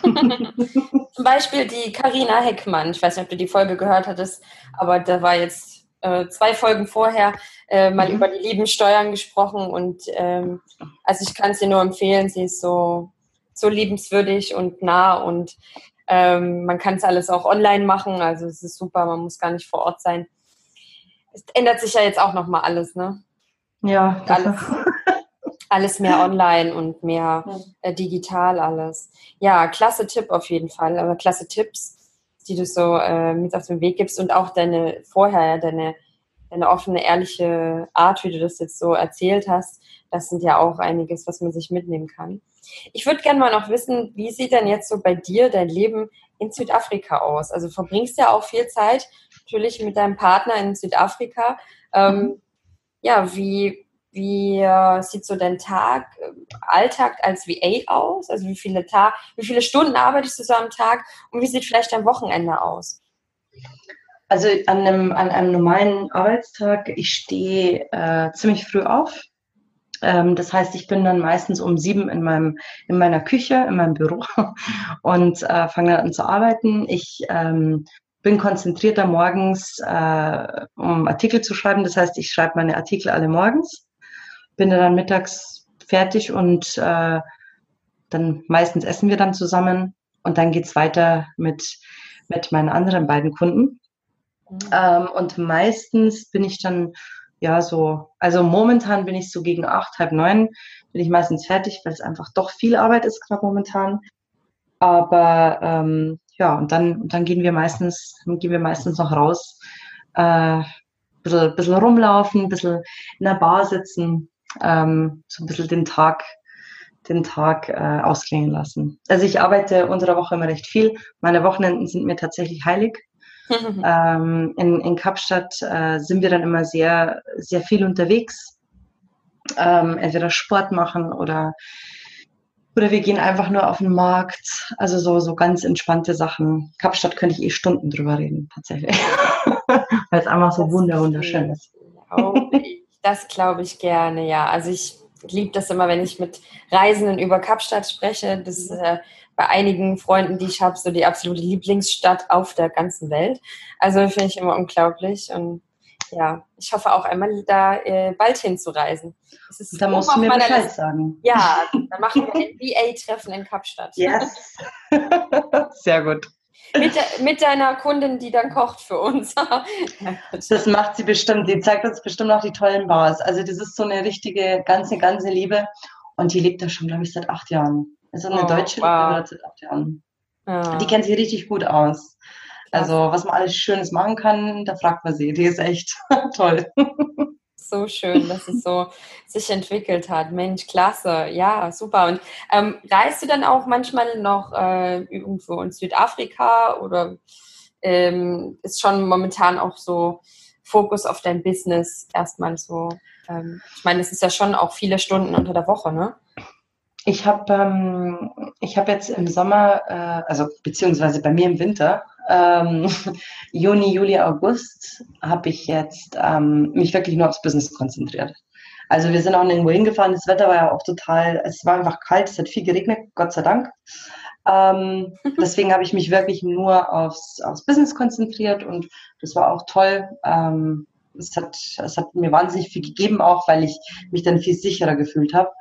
Zum Beispiel die Carina Heckmann, ich weiß nicht, ob du die Folge gehört hattest, aber da war jetzt äh, zwei Folgen vorher äh, mal mhm. über die lieben Steuern gesprochen und ähm, also ich kann es dir nur empfehlen, sie ist so, so liebenswürdig und nah und ähm, man kann es alles auch online machen, also es ist super, man muss gar nicht vor Ort sein. Es ändert sich ja jetzt auch nochmal alles, ne? Ja, das alles. Alles mehr online und mehr äh, digital alles. Ja, klasse Tipp auf jeden Fall, aber klasse Tipps, die du so äh, mit auf den Weg gibst und auch deine vorher, deine, deine offene, ehrliche Art, wie du das jetzt so erzählt hast, das sind ja auch einiges, was man sich mitnehmen kann. Ich würde gerne mal noch wissen, wie sieht denn jetzt so bei dir dein Leben in Südafrika aus? Also verbringst ja auch viel Zeit natürlich mit deinem Partner in Südafrika. Ähm, mhm. Ja, wie Wie äh, sieht so dein Tag, äh, Alltag als V A aus? Also wie viele Tag, wie viele Stunden arbeitest du so am Tag und wie sieht vielleicht dein Wochenende aus? Also an einem, an einem normalen Arbeitstag, ich stehe äh, ziemlich früh auf. Ähm, das heißt, ich bin dann meistens um sieben in meinem in meiner Küche, in meinem Büro und äh, fange dann an zu arbeiten. Ich ähm, bin konzentrierter morgens, äh, um Artikel zu schreiben. Das heißt, ich schreibe meine Artikel alle morgens. Bin dann mittags fertig und äh, dann meistens essen wir dann zusammen und dann geht's weiter mit, mit meinen anderen beiden Kunden. Mhm. Ähm, und meistens bin ich dann, ja, so, also momentan bin ich so gegen acht, halb neun, bin ich meistens fertig, weil es einfach doch viel Arbeit ist gerade momentan. Aber ähm, ja, und dann, und dann gehen wir meistens, gehen wir meistens noch raus, äh, bisschen, bisschen rumlaufen, ein bisschen in der Bar sitzen. Ähm, so ein bisschen den Tag, den Tag äh, ausklingen lassen. Also ich arbeite unter der Woche immer recht viel. Meine Wochenenden sind mir tatsächlich heilig. ähm, in, in Kapstadt äh, sind wir dann immer sehr, sehr viel unterwegs. Ähm, entweder Sport machen oder, oder wir gehen einfach nur auf den Markt. Also so, so ganz entspannte Sachen. Kapstadt könnte ich eh Stunden drüber reden, tatsächlich. Weil es einfach so wunder, wunderschön ist. Das glaube ich gerne, ja. Also ich liebe das immer, wenn ich mit Reisenden über Kapstadt spreche. Das ist äh, bei einigen Freunden, die ich habe, so die absolute Lieblingsstadt auf der ganzen Welt. Also finde ich immer unglaublich. Und ja, ich hoffe auch einmal da äh, bald hinzureisen. Es ist Da oben musst du auf mir meiner Bescheid Liste. sagen. Ja, dann machen wir ein V A-Treffen in Kapstadt. Yes. Sehr gut. Mit, de- mit deiner Kundin, die dann kocht für uns. Das macht sie bestimmt. Die zeigt uns bestimmt auch die tollen Bars. Also das ist so eine richtige, ganze, ganze Liebe. Und die lebt da schon, glaube ich, seit acht Jahren. Also eine Oh, Deutsche, die lebt wow. da seit acht Jahren. Ja, Die kennt sich richtig gut aus. klasse. Also was man alles Schönes machen kann, da fragt man sie. Die ist echt toll. So schön, dass es so sich entwickelt hat. Mensch, klasse. Ja, super. Und ähm, reist du dann auch manchmal noch äh, irgendwo in Südafrika oder ähm, ist schon momentan auch so Fokus auf dein Business erstmal so? Ähm, ich meine, es ist ja schon auch viele Stunden unter der Woche, ne? Ich habe ähm, ich hab jetzt im Sommer, äh, also beziehungsweise bei mir im Winter, ähm, Juni, Juli, August, habe ich jetzt ähm, mich wirklich nur aufs Business konzentriert. Also wir sind auch nirgendwo hingefahren, das Wetter war ja auch total, es war einfach kalt, es hat viel geregnet, Gott sei Dank. Ähm, deswegen habe ich mich wirklich nur aufs, aufs Business konzentriert und das war auch toll. Ähm, es hat, es hat mir wahnsinnig viel gegeben, auch weil ich mich dann viel sicherer gefühlt habe.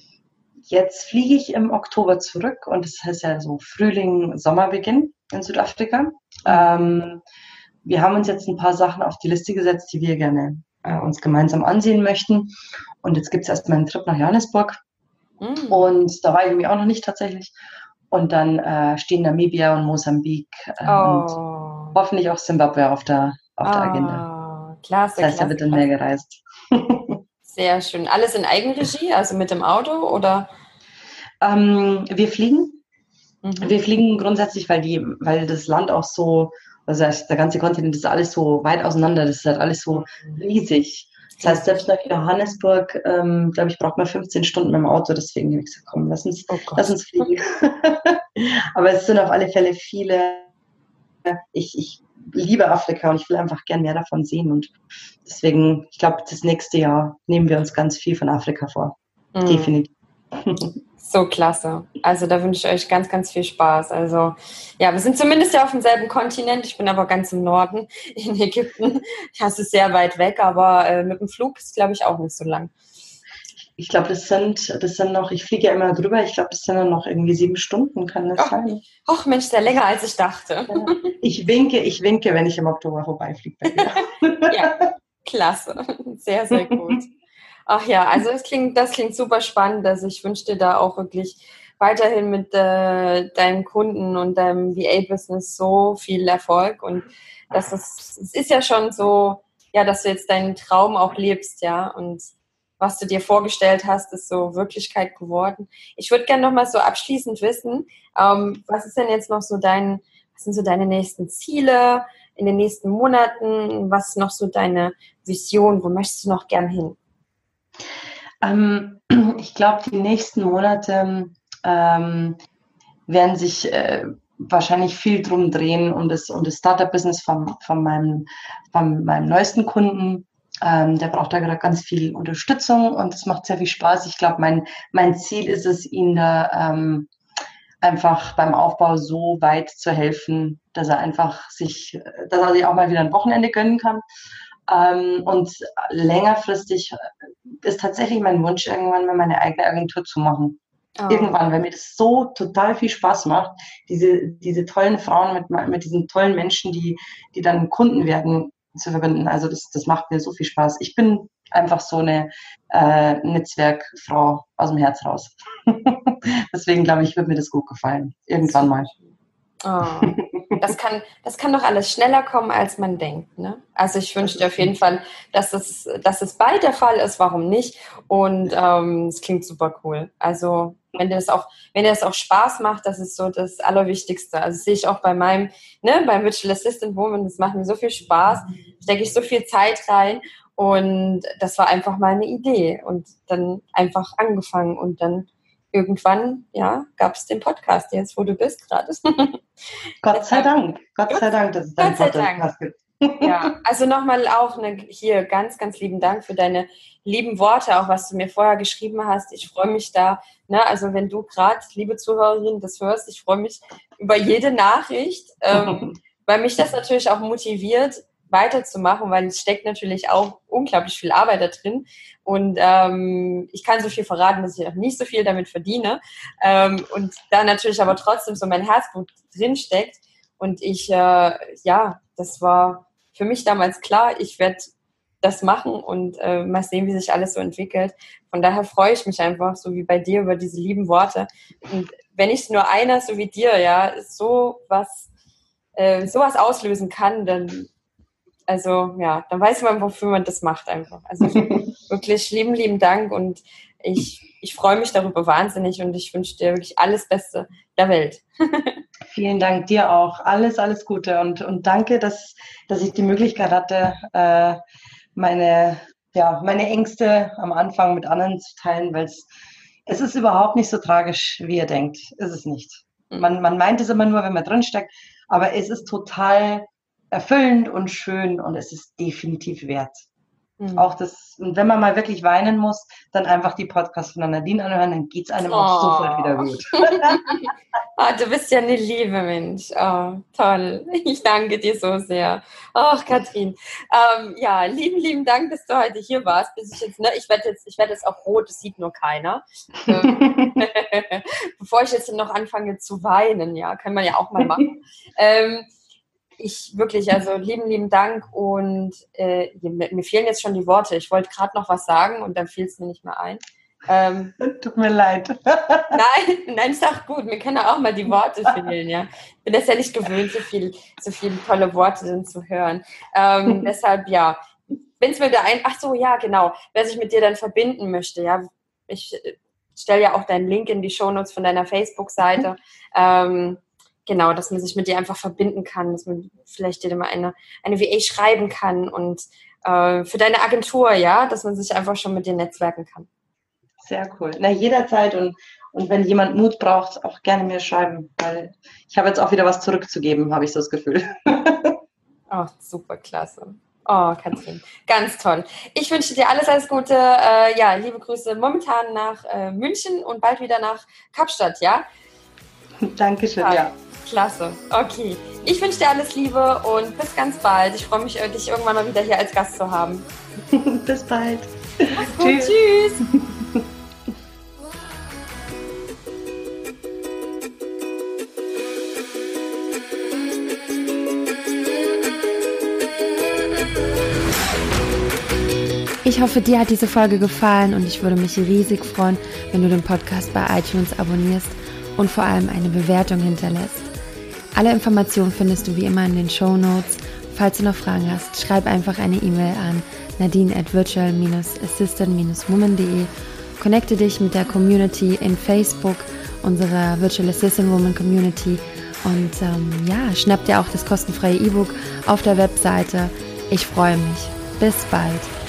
Jetzt fliege ich im Oktober zurück und das heißt ja so Frühling, Sommerbeginn in Südafrika. Ähm, wir haben uns jetzt ein paar Sachen auf die Liste gesetzt, die wir gerne äh, uns gemeinsam ansehen möchten. Und jetzt gibt es erstmal einen Trip nach Johannesburg. Mm. Und da war ich nämlich auch noch nicht tatsächlich. Und dann äh, stehen Namibia und Mosambik äh, Oh. und hoffentlich auch Zimbabwe auf der, auf der Agenda. Ah, klasse, Das heißt, da klasse, wird dann klasse. mehr gereist. Sehr schön. Alles in Eigenregie, also mit dem Auto oder? Ähm, wir fliegen. Mhm. Wir fliegen grundsätzlich, weil die, weil das Land auch so, also der ganze Kontinent ist alles so weit auseinander, das ist halt alles so riesig. Das heißt, selbst nach Johannesburg, ähm, glaube ich, braucht man fünfzehn Stunden mit dem Auto, deswegen habe ich gesagt, komm, lass uns, Oh Gott. lass uns fliegen. Aber es sind auf alle Fälle viele, ich, ich liebe Afrika und ich will einfach gern mehr davon sehen und deswegen, ich glaube, das nächste Jahr nehmen wir uns ganz viel von Afrika vor. Mhm. Definitiv. So klasse. Also da wünsche ich euch ganz, ganz viel Spaß. Also ja, wir sind zumindest ja auf demselben Kontinent. Ich bin aber ganz im Norden in Ägypten. Das ist sehr weit weg, aber äh, mit dem Flug ist, glaube ich, auch nicht so lang. Ich glaube, das sind, das sind noch, ich fliege ja immer drüber, ich glaube, das sind dann noch irgendwie sieben Stunden, kann das Oh, sein? Och Mensch, sehr länger als ich dachte. Ja. Ich winke, ich winke, wenn ich im Oktober vorbeifliege bei dir. Ja, klasse. Sehr, sehr gut. Ach ja, also das klingt, das klingt super spannend. Also ich wünsche dir da auch wirklich weiterhin mit äh, deinen Kunden und deinem V A-Business so viel Erfolg. Und das ist, es ist ja schon so, ja, dass du jetzt deinen Traum auch lebst, ja. Und was du dir vorgestellt hast, ist so Wirklichkeit geworden. Ich würde gerne noch mal so abschließend wissen, ähm, was ist denn jetzt noch so dein, was sind so deine nächsten Ziele in den nächsten Monaten? Was ist noch so deine Vision? Wo möchtest du noch gern hin? Ähm, ich glaube, die nächsten Monate ähm, werden sich äh, wahrscheinlich viel drum drehen um das, um das Startup-Business von, von, meinem, von meinem neuesten Kunden. Ähm, der braucht da gerade ganz viel Unterstützung und es macht sehr viel Spaß. Ich glaube, mein, mein Ziel ist es, ihn da ähm, einfach beim Aufbau so weit zu helfen, dass er einfach sich, dass er sich auch mal wieder ein Wochenende gönnen kann. Ähm, und längerfristig ist tatsächlich mein Wunsch, irgendwann mal meine eigene Agentur zu machen. Oh. Irgendwann, weil mir das so total viel Spaß macht, diese, diese tollen Frauen mit, mit diesen tollen Menschen, die, die dann Kunden werden, zu verbinden. Also das, das macht mir so viel Spaß. Ich bin einfach so eine äh, Netzwerkfrau aus dem Herz raus. Deswegen glaube ich, wird mir das gut gefallen. Irgendwann mal. Oh. Das kann, das kann doch alles schneller kommen, als man denkt, ne? Also ich wünsche dir auf jeden Fall, dass es, dass es bald der Fall ist, warum nicht? Und ähm, es klingt super cool. Also wenn dir das auch, wenn dir das auch Spaß macht, das ist so das Allerwichtigste. Also das sehe ich auch bei meinem, ne, beim Virtual Assistant Woman, das macht mir so viel Spaß, stecke ich so viel Zeit rein und das war einfach mal eine Idee und dann einfach angefangen und dann irgendwann, ja, gab es den Podcast jetzt, wo du bist gerade. Gott sei Dank. Gott sei Dank, dass es deinen Podcast gibt. Ja, also nochmal auch eine, hier ganz, ganz lieben Dank für deine lieben Worte, auch was du mir vorher geschrieben hast. Ich freue mich da, ne, also wenn du gerade, liebe Zuhörerin, das hörst, ich freue mich über jede Nachricht, ähm, weil mich das natürlich auch motiviert, weiterzumachen, weil es steckt natürlich auch unglaublich viel Arbeit da drin und ähm, ich kann so viel verraten, dass ich auch nicht so viel damit verdiene ähm, und da natürlich aber trotzdem so mein Herzblut drin steckt und ich, äh, ja, das war für mich damals klar, ich werde das machen und äh, mal sehen, wie sich alles so entwickelt. Von daher freue ich mich einfach, so wie bei dir, über diese lieben Worte. Und wenn ich nur einer, so wie dir, ja, so was, äh, sowas auslösen kann, dann, also ja, dann weiß man, wofür man das macht einfach. Also wirklich lieben, lieben Dank und ich, ich freue mich darüber wahnsinnig und ich wünsche dir wirklich alles Beste der Welt. Vielen Dank dir auch. Alles, alles Gute und, und danke, dass, dass ich die Möglichkeit hatte, äh, meine, ja, meine Ängste am Anfang mit anderen zu teilen, weil es, es ist überhaupt nicht so tragisch, wie ihr denkt. Ist es nicht. Man, man meint es immer nur, wenn man drinsteckt, aber es ist total erfüllend und schön und es ist definitiv wert. Mhm. Auch das, und wenn man mal wirklich weinen muss, dann einfach die Podcasts von der Nadine anhören, dann geht es einem oh. auch sofort wieder gut. Oh, du bist ja eine liebe Mensch. Oh, toll. Ich danke dir so sehr. Ach, Katrin. Ähm, ja, lieben, lieben Dank, dass du heute hier warst. Bis ich jetzt, ne, ich werde jetzt, ich werde jetzt auch rot, das sieht nur keiner. Ähm, bevor ich jetzt noch anfange zu weinen, ja, kann man ja auch mal machen. ähm, Ich wirklich, also lieben, lieben Dank und äh, mir fehlen jetzt schon die Worte. Ich wollte gerade noch was sagen und dann fiel es mir nicht mehr ein. Ähm, Tut mir leid. Nein, nein, ist auch gut. Mir können auch mal die Worte fehlen, ja. Ich bin das ja nicht gewöhnt, so viel, so viele tolle Worte dann zu hören. Ähm, deshalb, ja, wenn es mir da ein, ach so, ja, genau, wer sich mit dir dann verbinden möchte, ja, ich stelle ja auch deinen Link in die Shownotes von deiner Facebook-Seite. Ähm, Genau, dass man sich mit dir einfach verbinden kann, dass man vielleicht dir mal eine, eine V A schreiben kann und äh, für deine Agentur, ja, dass man sich einfach schon mit dir netzwerken kann. Sehr cool. Na, jederzeit und, und wenn jemand Mut braucht, auch gerne mir schreiben, weil ich habe jetzt auch wieder was zurückzugeben, habe ich so das Gefühl. Oh, super klasse. Oh, Katrin, ganz toll. Ich wünsche dir alles, alles Gute. Äh, ja, liebe Grüße momentan nach äh, München und bald wieder nach Kapstadt, ja? Dankeschön, ja. ja. Klasse. Okay. Ich wünsche dir alles Liebe und bis ganz bald. Ich freue mich, dich irgendwann mal wieder hier als Gast zu haben. Bis bald. Tschüss. Tschüss. Ich hoffe, dir hat diese Folge gefallen und ich würde mich riesig freuen, wenn du den Podcast bei iTunes abonnierst und vor allem eine Bewertung hinterlässt. Alle Informationen findest du wie immer in den Shownotes. Falls du noch Fragen hast, schreib einfach eine E-Mail an nadine at virtual assistant woman dot de. Connecte dich mit der Community in Facebook, unserer Virtual Assistant Woman Community und ähm, ja, schnapp dir auch das kostenfreie E-Book auf der Webseite. Ich freue mich. Bis bald.